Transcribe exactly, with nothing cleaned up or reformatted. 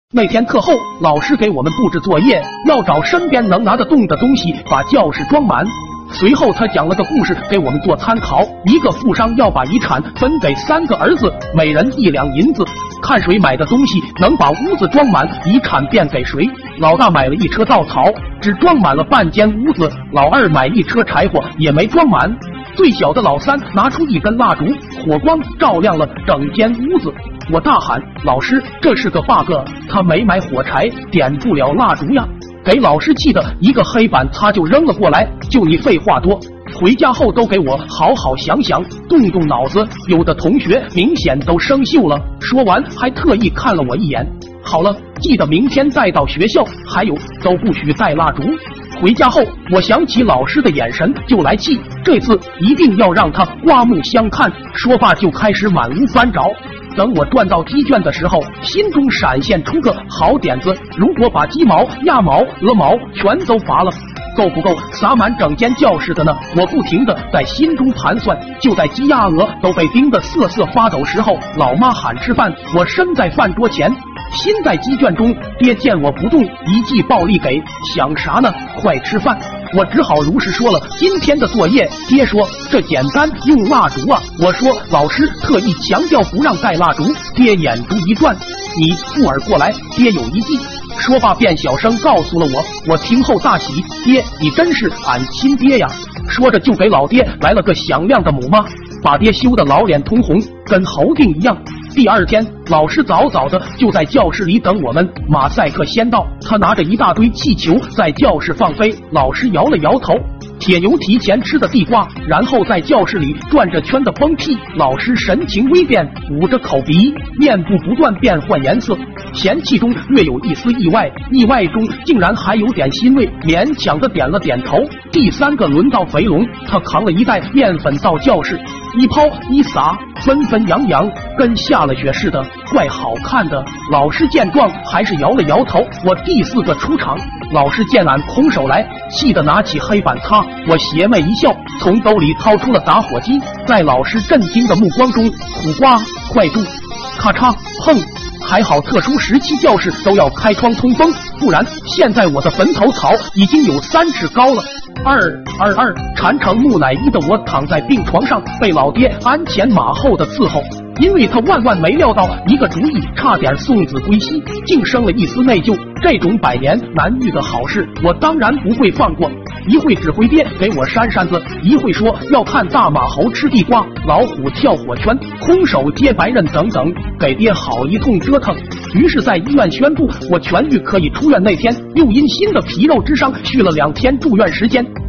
那天课后，老师给我们布置作业，要找身边能拿得动的东西把教室装满。随后他讲了个故事给我们做参考，一个富商要把遗产分给三个儿子，每人一两银子，看谁买的东西能把屋子装满，遗产便给谁。老大买了一车稻草，只装满了半间屋子，老二买一车柴火也没装满，最小的老三拿出一根蜡烛，火光照亮了整间屋子。我大喊，老师，这是个 bug， 他没买火柴，点不了蜡烛呀。给老师气的一个黑板擦就扔了过来，就你废话多，回家后都给我好好想想，动动脑子。有的同学明显都生锈了，说完还特意看了我一眼。好了，记得明天再到学校，还有都不许带蜡烛。回家后，我想起老师的眼神就来气，这次一定要让他刮目相看。说罢就开始满屋翻找。等我转到鸡圈的时候，心中闪现出个好点子，如果把鸡毛、鸭毛、鹅毛全都拔了，够不够洒满整间教室的呢？我不停的在心中盘算。就在鸡鸭鹅都被叮得瑟瑟发抖时候，老妈喊吃饭，我身在饭桌前，心在鸡圈中。爹见我不动，一记暴力给，想啥呢？快吃饭！我只好如实说了今天的作业。爹说这简单，用蜡烛啊。我说老师特意强调不让带蜡烛。爹眼珠一转，你附耳过来，爹有一计。说罢便小声告诉了我，我听后大喜，爹你真是俺亲爹呀。说着就给老爹来了个响亮的母妈，把爹羞得老脸通红，跟猴腚一样。第二天，老师早早的就在教室里等我们。马赛克先到，他拿着一大堆气球在教室放飞。老师摇了摇头，铁牛提前吃的地瓜，然后在教室里转着圈的崩屁。老师神情微变，捂着口鼻，面部不断变换颜色，嫌弃中略有一丝意外，意外中竟然还有点欣慰，勉强的点了点头。第三个轮到肥龙，他扛了一袋面粉到教室，一抛一撒，纷纷扬扬，跟下了雪似的，怪好看的。老师见状还是摇了摇头。我第四个出场，老师见俺空手来，气得拿起黑板擦。我邪魅一笑，从兜里掏出了打火机，在老师震惊的目光中，苦瓜快住，咔嚓砰。还好特殊时期教室都要开窗通风，不然现在我的坟头草已经有三尺高了。二二二，馋成木乃伊的我躺在病床上，被老爹鞍前马后的伺候。因为他万万没料到一个主意，差点送子归西，竟生了一丝内疚。这种百年难遇的好事，我当然不会放过。一会指挥爹给我扇扇子，一会说要看大马猴吃地瓜，老虎跳火圈，空手接白刃等等，给爹好一通折腾。于是，在医院宣布我痊愈可以出院那天，又因新的皮肉之伤续了两天住院时间。